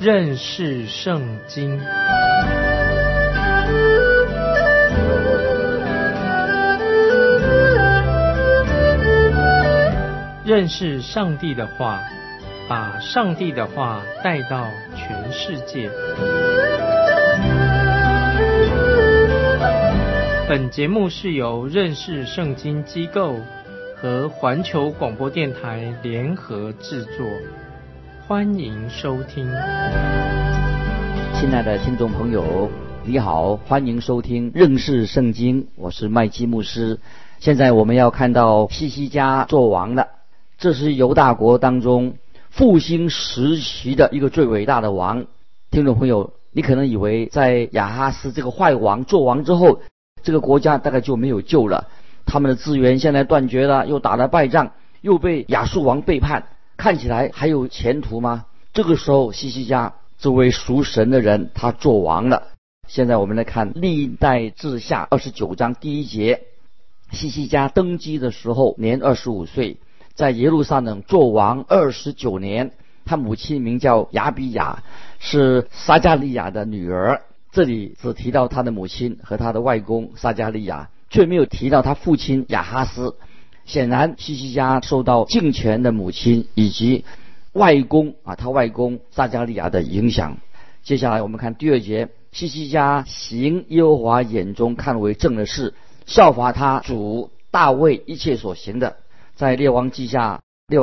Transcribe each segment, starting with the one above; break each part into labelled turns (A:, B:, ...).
A: 认识圣经。认识上帝的话，把上帝的话带到全世界。本节目是由认识圣经机构和环球广播电台联合制作，欢迎收听。
B: 亲爱的听众朋友，你好，欢迎收听认识圣经，我是麦基牧师。现在我们要看到希西家做王了，这是犹大国当中复兴时期的一个最伟大的王。听众朋友，你可能以为在亚哈斯这个坏王做王之后，这个国家大概就没有救了，他们的资源现在断绝了，又打了败仗，又被亚述王背叛，看起来还有前途吗？这个时候希西家这位属神的人他做王了。现在我们来看历代志下29章第1节，希西家登基的时候年25岁，在耶路撒冷做王29年，他母亲名叫亚比雅，是撒迦利亚的女儿。这里只提到他的母亲和他的外公撒迦利亚，却没有提到他父亲亚哈斯。显然希西家受到敬虔的母亲以及外公他外公撒迦利亚的影响。接下来我们看第2节，希西家行耶和华眼中看为正的事，效法他主大卫一切所行的。在列王记下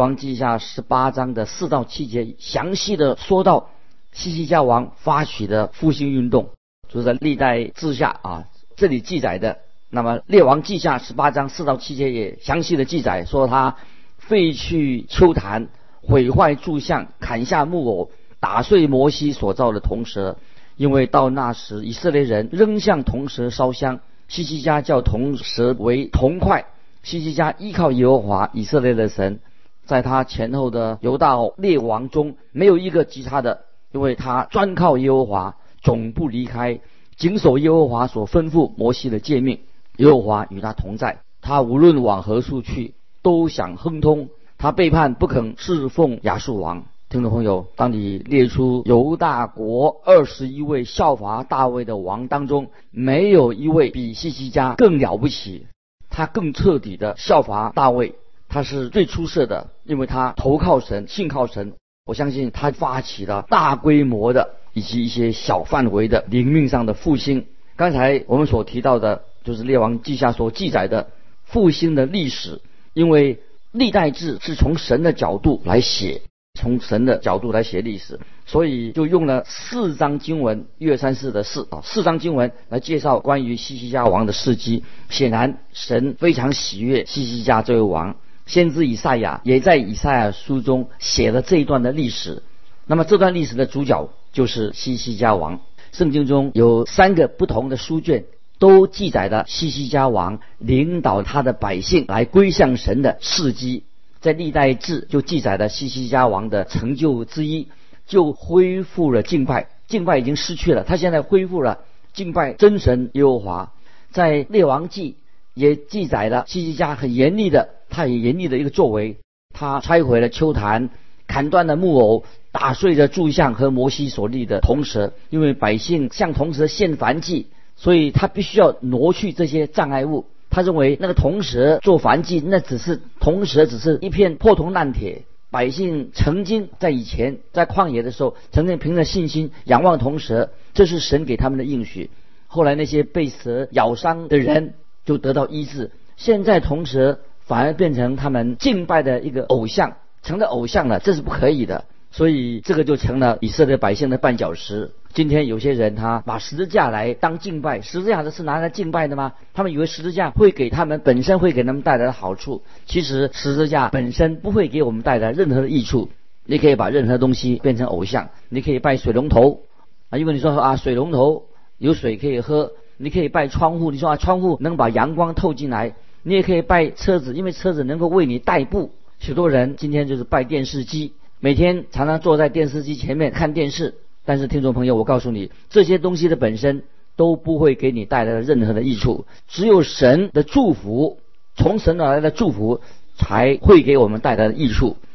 B: 18章的4到7节详细的说到希西家王发起的复兴运动，就是在历代志下这里记载的。那么列王记下18章4到7节也详细的记载说，他废去丘坛，毁坏柱像，砍下木偶，打碎摩西所造的铜蛇，因为到那时以色列人仍向铜蛇烧香，希西家叫铜蛇为铜块。希西家依靠耶和华以色列的神，在他前后的犹大列王中没有一个及他的，因为他专靠耶和华，总不离开，谨守耶和华所吩咐摩西的诫命。耶和华与他同在，他无论往何处去都想亨通，他背叛不肯侍奉亚述王。听众朋友，当你列出犹大国21位效法大卫的王当中，没有一位比希西家更了不起，他更彻底的效法大卫，他是最出色的，因为他投靠神，信靠神。我相信他发起了大规模的以及一些小范围的灵命上的复兴。刚才我们所提到的就是列王记下所记载的复兴的历史，因为历代志是从神的角度来写，历史，所以就用了4章经文，1、2、3、4的4章经文来介绍关于希西家王的事迹。显然神非常喜悦希西家这位王，先知以赛亚也在以赛亚书中写了这一段的历史。那么这段历史的主角就是希西家王。圣经中有3个不同的书卷都记载了希西家王领导他的百姓来归向神的事迹。在历代志就记载了希西家王的成就之一，就恢复了敬拜，敬拜已经失去了，他现在恢复了敬拜真神耶和华。在列王记也记载了希西家很严厉的一个作为，他拆毁了丘坛，砍断了木偶，打碎了柱像和摩西所立的铜蛇。因为百姓向铜蛇献燔祭，所以他必须要挪去这些障碍物。他认为那个铜蛇做燔祭，铜蛇只是一片破铜烂铁。百姓曾经在以前在旷野的时候，曾经凭着信心仰望铜蛇，这是神给他们的应许。后来那些被蛇咬伤的人就得到医治，现在铜蛇反而变成他们敬拜的一个偶像，成了偶像了，这是不可以的。所以这个就成了以色列百姓的绊脚石。今天有些人他把十字架来当敬拜，十字架是拿来敬拜的吗？他们以为十字架本身会给他们带来的好处，其实十字架本身不会给我们带来任何的益处。你可以把任何东西变成偶像，你可以拜水龙头因为你说水龙头有水可以喝，你可以拜窗户，你说窗户能把阳光透进来，你也可以拜车子，因为车子能够为你代步。许多人今天就是拜电视机，每天常常坐在电视机前面看电视。但是听众朋友，我告诉你，这些东西的本身都不会给你带来任何的益处，只有神的祝福，从神而来的祝福才会给我们带来的益处。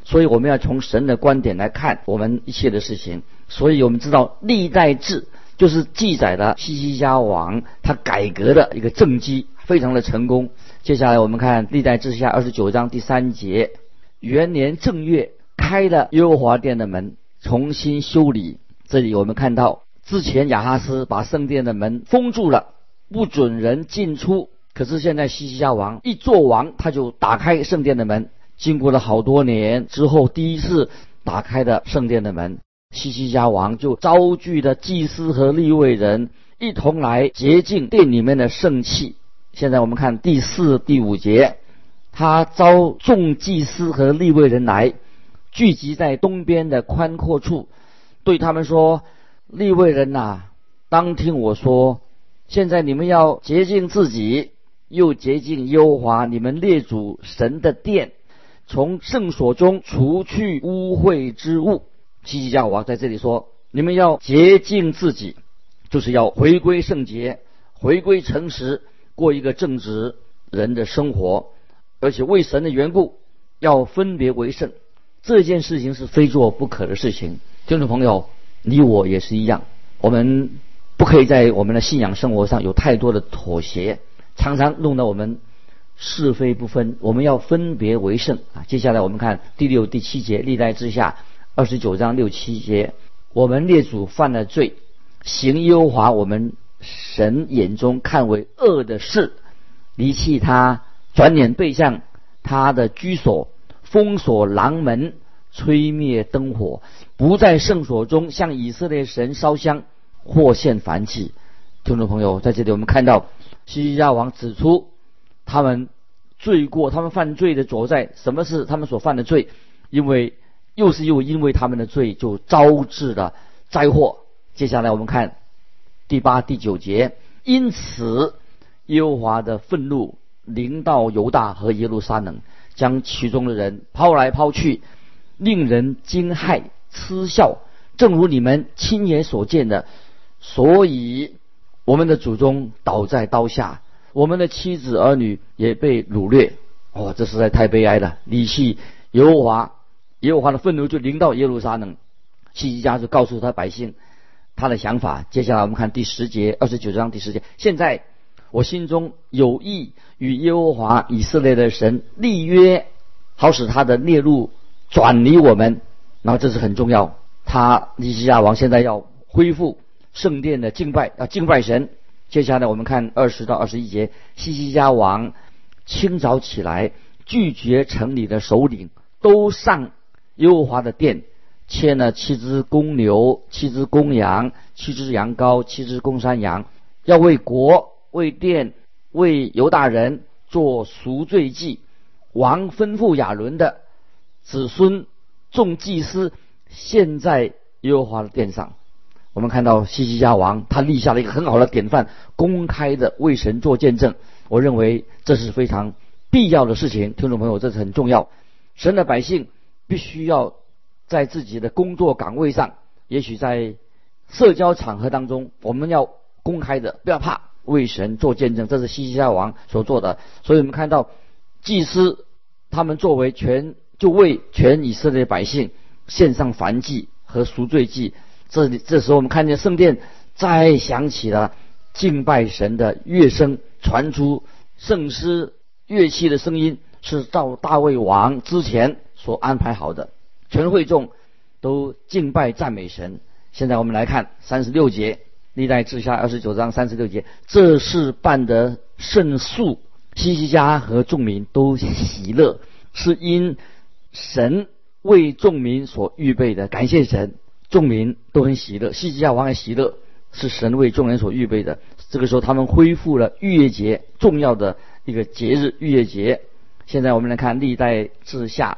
B: 所以我们要从神的观点来看我们一切的事情。所以我们知道历代志就是记载了希西家王他改革的一个政绩，非常的成功。接下来我们看历代志下29章第3节，元年正月开了耶和华殿的门，重新修理。这里我们看到之前亚哈斯把圣殿的门封住了，不准人进出，可是现在希西家王一做王，他就打开圣殿的门，经过了好多年之后第一次打开的圣殿的门，希西家王就招聚了祭司和利未人一同来洁净殿里面的圣器。现在我们看第4、第5节，他召众祭司和利未人来，聚集在东边的宽阔处，对他们说：利未人啊，当听我说，现在你们要洁净自己，又洁净耶和华你们列祖神的殿，从圣所中除去污秽之物。希西家王在这里说，你们要洁净自己，就是要回归圣洁，回归诚实，过一个正直人的生活，而且为神的缘故要分别为圣。这件事情是非做不可的事情。听众朋友，你我也是一样，我们不可以在我们的信仰生活上有太多的妥协，常常弄得我们是非不分。我们要分别为圣啊！接下来我们看第6、第7节，历代志下29章6、7节，我们列祖犯了罪，行耶和华我们神眼中看为恶的事，离弃他，转眼背向他的居所，封锁廊门，吹灭灯火，不在圣所中向以色列神烧香或献燔祭。听众朋友，在这里我们看到希西家王指出他们罪过，他们犯罪的所在，什么是他们所犯的罪？因为因为他们的罪就招致了灾祸。接下来我们看第8、第9节，因此耶和华的愤怒临到犹大和耶路撒冷，将其中的人抛来抛去，令人惊骇嗤笑，正如你们亲眼所见的。所以我们的祖宗倒在刀下，我们的妻子儿女也被掳掠。这实在太悲哀了。离弃耶和华，耶和华的愤怒就临到耶路撒冷。希西家就告诉他百姓他的想法。接下来我们看第10节，29章第10节，现在我心中有意与耶和华以色列的神立约，好使他的烈怒转离我们。然后这是很重要，希西家王现在要恢复圣殿的敬拜，要敬拜神。接下来我们看20到21节，希西家王清早起来，拒绝城里的首领，都上耶和华的殿，牵了7只公牛、7只公羊、7只羊羔、7只公山羊，要为国、为殿、为犹大人做赎罪祭。王吩咐亚伦的子孙众祭司献在耶和华的殿上。我们看到希西家王他立下了一个很好的典范，公开的为神做见证。我认为这是非常必要的事情。听众朋友，这是很重要。神的百姓必须要在自己的工作岗位上，也许在社交场合当中，我们要公开的，不要怕，为神做见证。这是希西家王所做的。所以我们看到祭司他们作为就为全以色列百姓献上燔祭和赎罪祭。这时候我们看见圣殿再响起了敬拜神的乐声，传出圣诗乐器的声音，是照大卫王之前所安排好的。全会众都敬拜赞美神。现在我们来看36节，历代志下29章36节，这事办得甚速，希西家和众民都喜乐，是因神为众民所预备的。感谢神，众民都很喜乐，希西家王也喜乐，是神为众人所预备的。这个时候他们恢复了逾越节，重要的一个节日逾越节。现在我们来看历代志下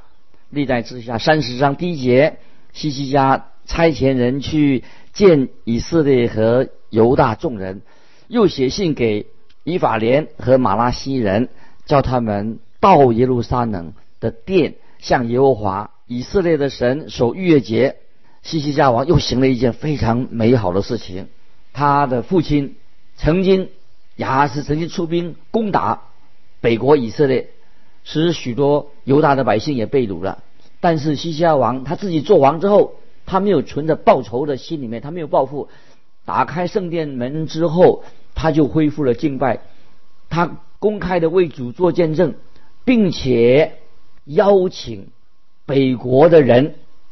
B: 30章第1节，希西家差遣人去见以色列和犹大众人，又写信给以法莲和马拉西人，叫他们到耶路撒冷的殿，向耶和华以色列的神守逾越节。希西家王又行了一件非常美好的事情。他的父亲亚哈斯曾经出兵攻打北国以色列，使许多犹大的百姓也被掳了。 但是西西家王他自己做王之后，他没有存着报仇的心里面，他没有报复。打开圣殿门之后，他就恢复了敬拜，他公开的为主做见证，并且邀请北国人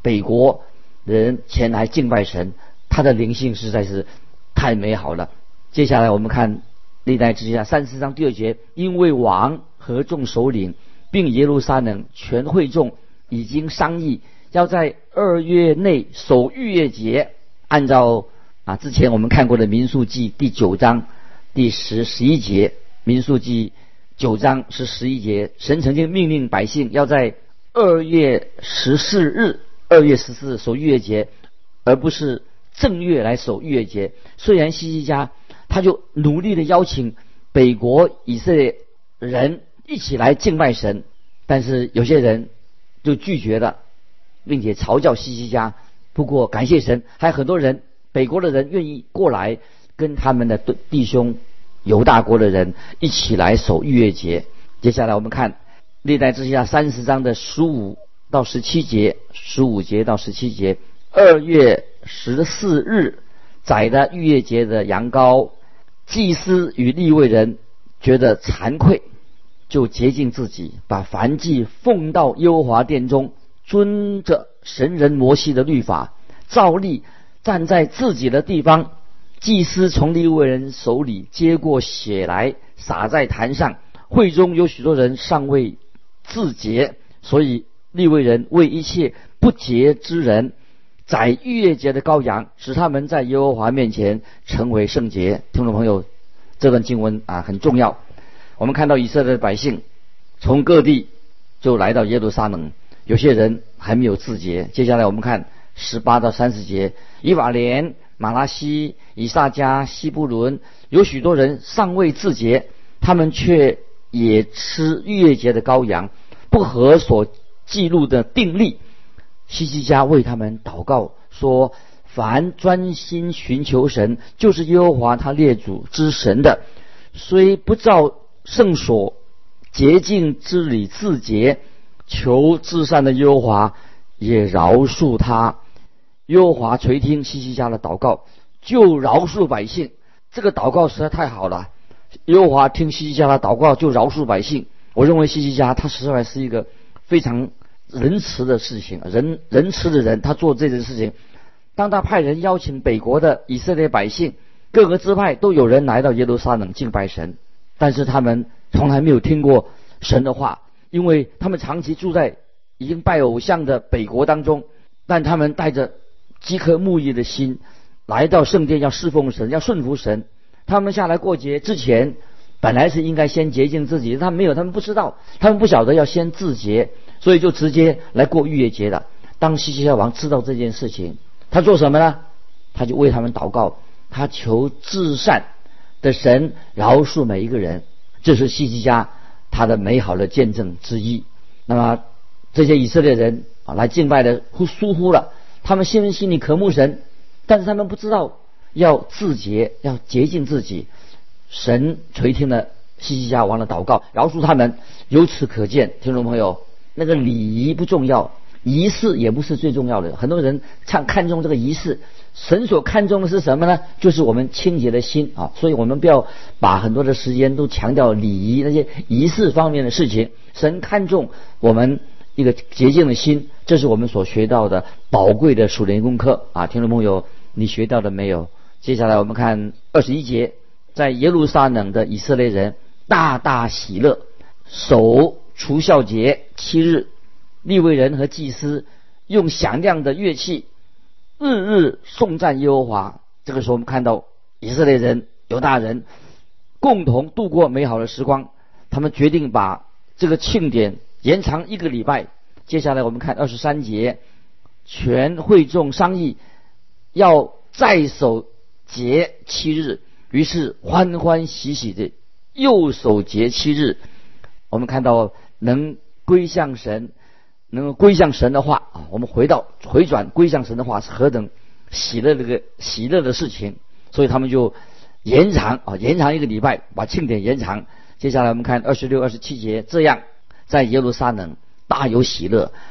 B: 前来敬拜神。他的灵性实在是太美好了。接下来我们看历代志下34章第2节，因为王和众首领并耶路撒冷全会众已经商议，要在2月内守逾越节，按照之前我们看过的民数记第9章第10、11节，民数记9章是11节，神曾经命令百姓要在2月14日守逾越节，而不是正月来守逾越节。虽然西西家他就努力的邀请北国以色列人一起来敬拜神，但是有些人就拒绝了，并且嘲笑西西家。不过感谢神，还有很多人北国的人愿意过来跟他们的弟兄犹大国的人一起来守逾越节。接下来我们看历代志下30章的15到17节，15节到17节，2月14日宰的逾越节的羊羔，祭司与利未人觉得惭愧，就洁净自己，把燔祭奉到耶和华殿中，遵着神人摩西的律法，照例站在自己的地方。祭司从利未人手里接过血来，洒在坛上。会中有许多人尚未自洁，所以利未人为一切不洁之人宰逾越节的羔羊，使他们在耶和华面前成为圣洁。听众朋友，这段经文很重要。我们看到以色列的百姓从各地就来到耶路撒冷，有些人还没有自洁。接下来我们看18到30节，以法莲、马拉西、以萨迦、西布伦，有许多人尚未自洁，他们却也吃逾越节的羔羊，不合所记录的定例。西西家为他们祷告说，凡专心寻求神，就是耶和华他列祖之神的，虽不照圣所洁净之理自洁，求至善的耶和华也饶恕他。耶和华垂听西西家的祷告，就饶恕百姓。这个祷告实在太好了，耶和华听西西家的祷告就饶恕百姓。我认为西西家他实在是一个非常仁慈的事情，仁慈的人，他做这件事情。当他派人邀请北国的以色列百姓，各个支派都有人来到耶路撒冷敬拜神，但是他们从来没有听过神的话，因为他们长期住在已经拜偶像的北国当中。但他们带着饥渴慕义的心来到圣殿，要侍奉神，要顺服神。他们下来过节之前本来是应该先洁净自己，他们没有，他们不知道，他们不晓得要先自洁，所以就直接来过逾越节了。当西西家王知道这件事情，他做什么呢？他就为他们祷告，他求至善的神饶恕每一个人。这是西西家他的美好的见证之一。那么这些以色列人来敬拜的疏忽了，他们心里渴慕神，但是他们不知道要自洁，要洁净自己。神垂听了西西家王的祷告，饶恕他们。由此可见，听众朋友，那个礼仪不重要，仪式也不是最重要的。很多人看重这个仪式，神所看重的是什么呢？就是我们清洁的心所以我们不要把很多的时间都强调礼仪那些仪式方面的事情。神看重我们一个洁净的心，这是我们所学到的宝贵的属灵功课听众朋友，你学到了没有？接下来我们看21节，在耶路撒冷的以色列人大大喜乐，守除酵节7日，利未人和祭司用响亮的乐器日日颂赞耶和华。这个时候我们看到以色列人犹大人共同度过美好的时光，他们决定把这个庆典延长1个礼拜。接下来我们看23节，全会众商议要再守节7日，于是欢欢喜喜的又守节7日。我们看到能归向神的话我们回转归向神的话是何等喜乐的事情。所以他们就延长1个礼拜，把庆典延长。接下来我们看26、27节，这样在耶路撒冷大有喜乐，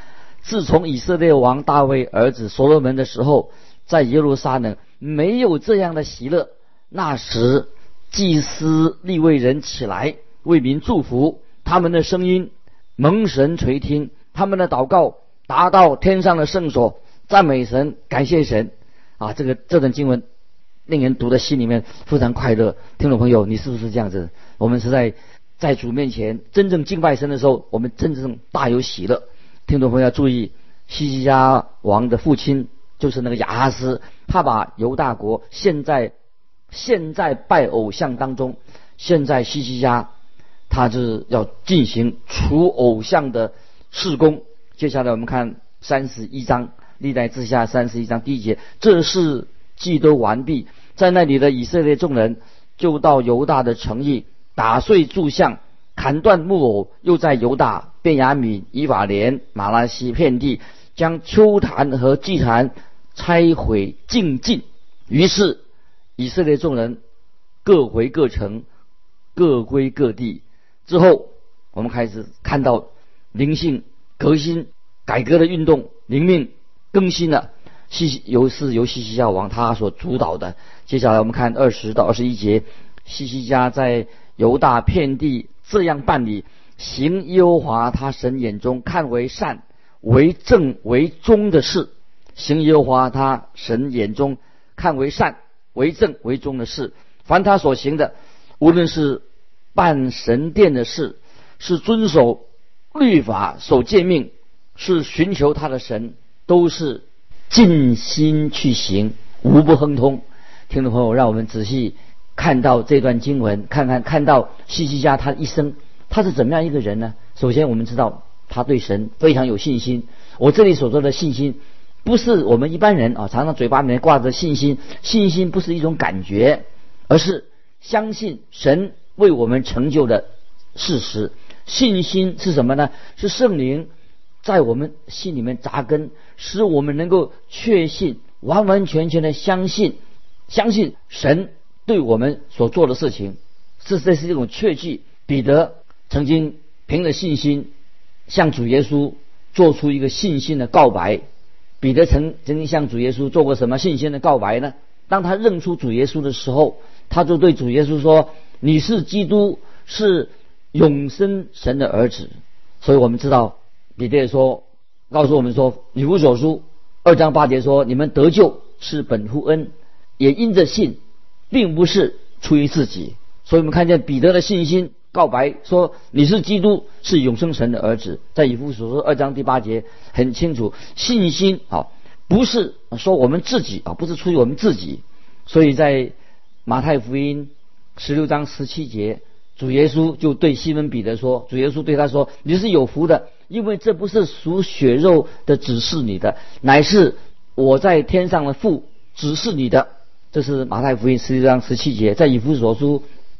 B: 自从以色列王大卫儿子所罗门的时候，在耶路撒冷没有这样的喜乐。那时祭司利未人起来为民祝福，他们的声音蒙神垂听，他们的祷告达到天上的圣所，赞美神，感谢神。这段经文令人读的心里面非常快乐。听众朋友，你是不是这样子？我们是在主面前真正敬拜神的时候，我们真正大有喜乐。听众朋友要注意，希西家王的父亲就是那个亚哈斯，他把犹大国现在拜偶像当中，现在希西家他是要进行除偶像的事工。接下来我们看31章，历代志下31章第1节，这事既都完毕，在那里的以色列众人就到犹大的城邑，打碎柱像，砍断木偶，又在犹大、便雅悯、以法莲、马拉西遍地将丘坛和祭坛拆毁净尽。于是以色列众人各回各城，各归各地。之后我们开始看到灵性革新改革的运动，灵命更新了，由希西家王他所主导的。接下来我们看20到21节，希西家在犹大遍地这样办理，行耶和华他神眼中看为善、为正、为忠的事。行耶和华他神眼中看为善、为正、为忠的事。凡他所行的，无论是办神殿的事，是遵守律法、守诫命，是寻求他的神，都是尽心去行，无不亨通。听众朋友，让我们仔细看到这段经文，看到希西家他的一生，他是怎么样一个人呢？首先我们知道他对神非常有信心。我这里所说的信心，不是我们一般人常常嘴巴里面挂着信心，信心不是一种感觉，而是相信神为我们成就的事实。信心是什么呢？是圣灵在我们心里面扎根，使我们能够确信，完完全全的相信神对我们所做的事情。这是一种确据。彼得曾经凭着信心向主耶稣做出一个信心的告白。彼得曾经向主耶稣做过什么信心的告白呢？当他认出主耶稣的时候，他就对主耶稣说，你是基督，是永生神的儿子。所以我们知道彼得告诉我们说，以弗所书2章8节说，你们得救是本乎恩，也因着信，并不是出于自己。所以我们看见彼得的信心告白说，你是基督，是永生神的儿子。在以弗所书2章第8节很清楚，信心不是说我们自己不是出于我们自己。所以在马太福音16章17节，主耶稣就对西门彼得说，主耶稣对他说，你是有福的，因为这不是属血肉的指示你的，乃是我在天上的父指示你的。这是马太福音16章17节。在以弗所书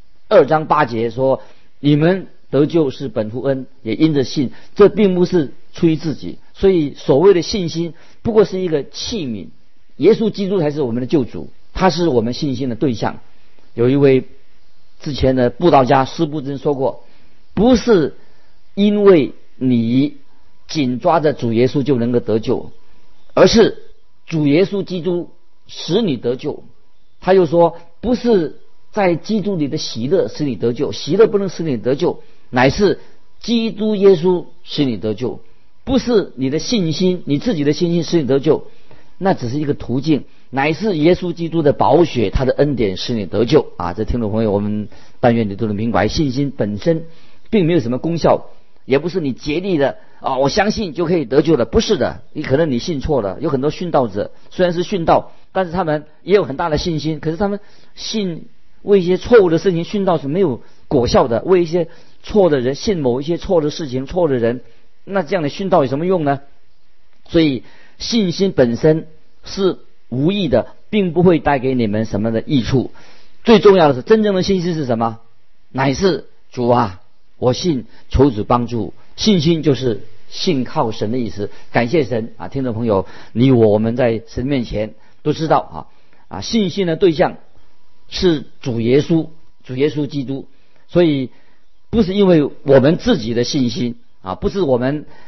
B: 2章8节说，你们得救是本乎恩，也因着信，这并不是出于自己。所以所谓的信心不过是一个器皿，耶稣基督才是我们的救主，他是我们信心的对象。有一位之前的布道家施布真说过，不是因为你紧抓着主耶稣就能够得救，而是主耶稣基督使你得救。他又说，不是在基督里的喜乐使你得救，喜乐不能使你得救，乃是基督耶稣使你得救。不是你的信心，你自己的信心使你得救，那只是一个途径，乃是耶稣基督的宝血，他的恩典使你得救这听众朋友，我们但愿你都能明白，信心本身并没有什么功效，也不是你竭力的我相信就可以得救的，不是的。可能你信错了。有很多殉道者虽然是殉道，但是他们也有很大的信心，可是他们为一些错误的事情殉道是没有果效的，为一些错的人信某一些错的事情、错的人，那这样的殉道有什么用呢？所以信心本身是无益的，并不会带给你们什么的益处。最重要的是，真正的信心是什么？乃是主啊，我信，求主帮助。信心就是信靠神的意思。感谢神听众朋友，你我们在神面前都知道信心的对象是主耶稣基督。所以不是因为我们自己的信心不是我们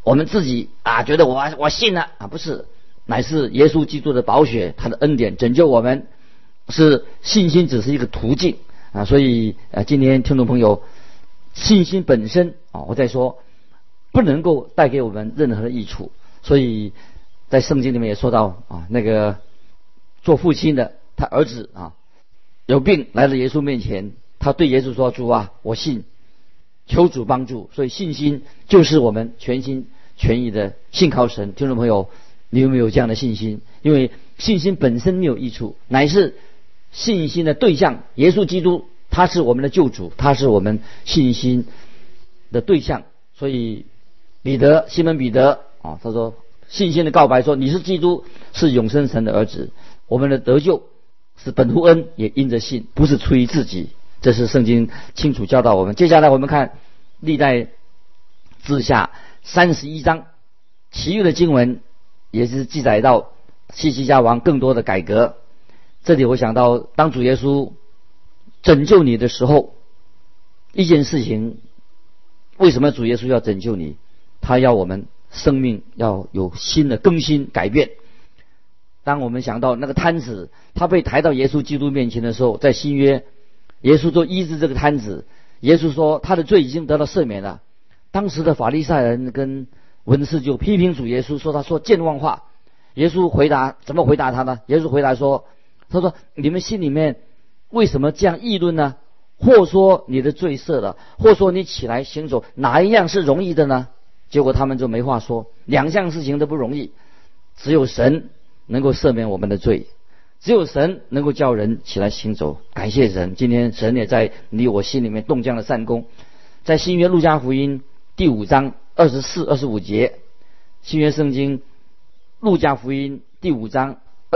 B: 我们自己觉得我信了不是，乃是耶稣基督的宝血，他的恩典拯救我们，是信心只是一个途径所以今天听众朋友，信心本身我再说不能够带给我们任何的益处。所以在圣经里面也说到那个做父亲的，他儿子有病来到耶稣面前，他对耶稣说：主我信，求主帮助。所以信心就是我们全心全意的信靠神。听众朋友，你有没有这样的信心？因为信心本身没有益处，乃是信心的对象耶稣基督，他是我们的救主，他是我们信心的对象。所以西门彼得他说信心的告白说：你是基督，是永生神的儿子。我们的得救是本乎恩，也因着信，不是出于自己。这是圣经清楚教导我们。接下来我们看历代志下31章，其余的经文也是记载到希西家王更多的改革。这里我想到，当主耶稣拯救你的时候，一件事情，为什么主耶稣要拯救你？他要我们生命要有新的更新改变。当我们想到那个摊子，他被抬到耶稣基督面前的时候，在新约，耶稣就医治这个摊子。耶稣说他的罪已经得到赦免了。当时的法利赛人跟文士就批评主耶稣，说他说健忘话。耶稣怎么回答他呢？耶稣回答说，他说你们心里面为什么这样议论呢？或说你的罪赦了，或说你起来行走，哪一样是容易的呢？结果他们就没话说，两项事情都不容易。只有神能够赦免我们的罪，只有神能够叫人起来行走。感谢神，今天神也在你我心里面动这样的善功。在新约路加福音第5章24、25节，新约圣经路加福音第5章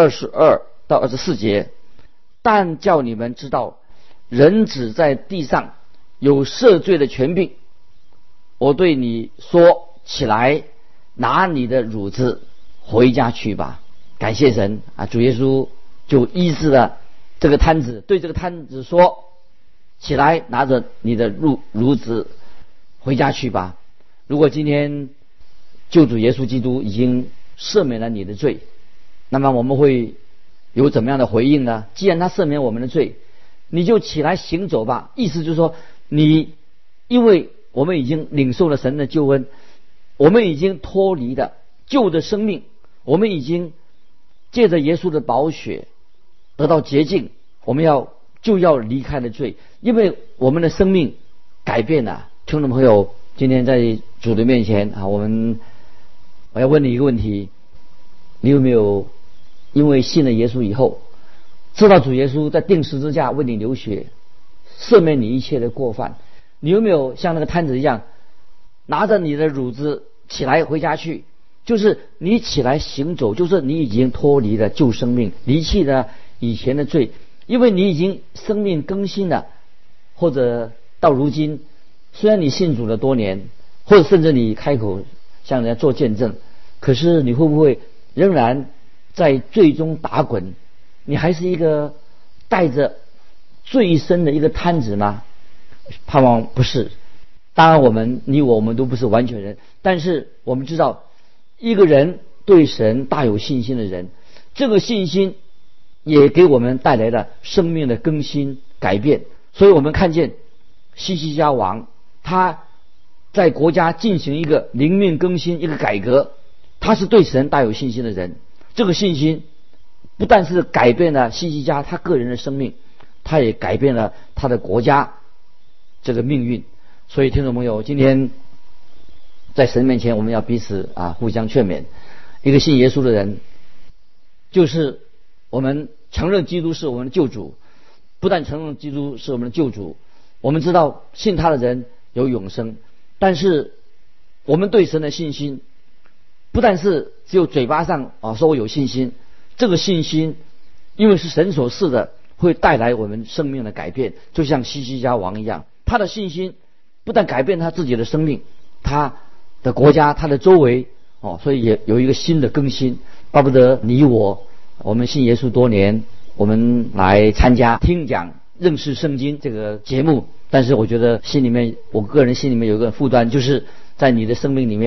B: 22到24节，但叫你们知道，人子在地上有赦罪的权柄。我对你说，起来，拿你的褥子回家去吧。感谢神主耶稣就医治了这个摊子，对这个摊子说，起来，拿着你的褥子回家去吧。如果今天救主耶稣基督已经赦免了你的罪，那么我们会有怎么样的回应呢？既然他赦免我们的罪，你就起来行走吧。意思就是说，因为我们已经领受了神的救恩，我们已经脱离了旧的生命，我们已经借着耶稣的宝血得到洁净，我们就要离开了罪，因为我们的生命改变了。听众朋友，今天在主的面前我要问你一个问题，你有没有因为信了耶稣以后，知道主耶稣在钉十字架为你流血，赦免你一切的过犯？你有没有像那个摊子一样，拿着你的褥子起来回家去？就是你起来行走，就是你已经脱离了旧生命，离弃了以前的罪，因为你已经生命更新了。或者到如今，虽然你信主了多年，或者甚至你开口向人家做见证，可是你会不会仍然在罪中打滚？你还是一个带着罪身的一个摊子吗？盼望不是。当然你我们都不是完全人，但是我们知道，一个人对神大有信心的人，这个信心也给我们带来了生命的更新改变。所以我们看见希西家王，他在国家进行一个灵命更新，一个改革，他是对神大有信心的人。这个信心不但是改变了希西家他个人的生命，他也改变了他的国家这个命运。所以听众朋友，今天在神面前，我们要彼此互相劝勉。一个信耶稣的人，就是我们承认基督是我们的救主，不但承认基督是我们的救主，我们知道信他的人有永生，但是我们对神的信心不但是只有嘴巴上说我有信心，这个信心因为是神所赐的，会带来我们生命的改变。就像希西家王一样，他的信心不但改变他自己的生命，他的国家，他的周围所以也有一个新的更新。巴不得你我们信耶稣多年，我们来参加听讲认识圣经这个节目，但是我觉得我个人心里面有一个负担，就是在你的生命里面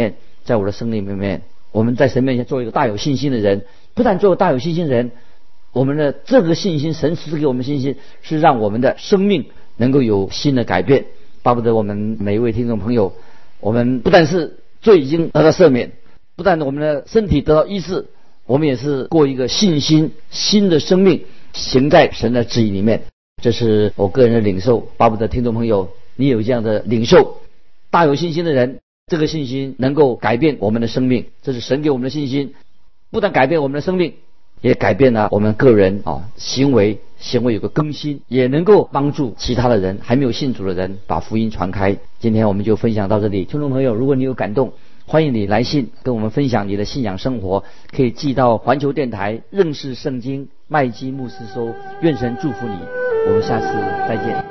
B: 在我的生命里面，我们在神面前做一个大有信心的人。不但做个大有信心的人，我们的这个信心，神赐给我们信心，是让我们的生命能够有新的改变。巴不得我们每一位听众朋友，我们不但是罪已经得到赦免，不但我们的身体得到医治，我们也是过一个信心新的生命，行在神的旨意里面。这是我个人的领受，巴不得听众朋友你有这样的领受。大有信心的人，这个信心能够改变我们的生命，这是神给我们的信心，不但改变我们的生命，也改变了我们个人行为有个更新，也能够帮助其他的人，还没有信主的人把福音传开。今天我们就分享到这里。听众朋友，如果你有感动，欢迎你来信跟我们分享你的信仰生活，可以寄到环球电台认识圣经麦基牧师收。愿神祝福你，我们下次再见。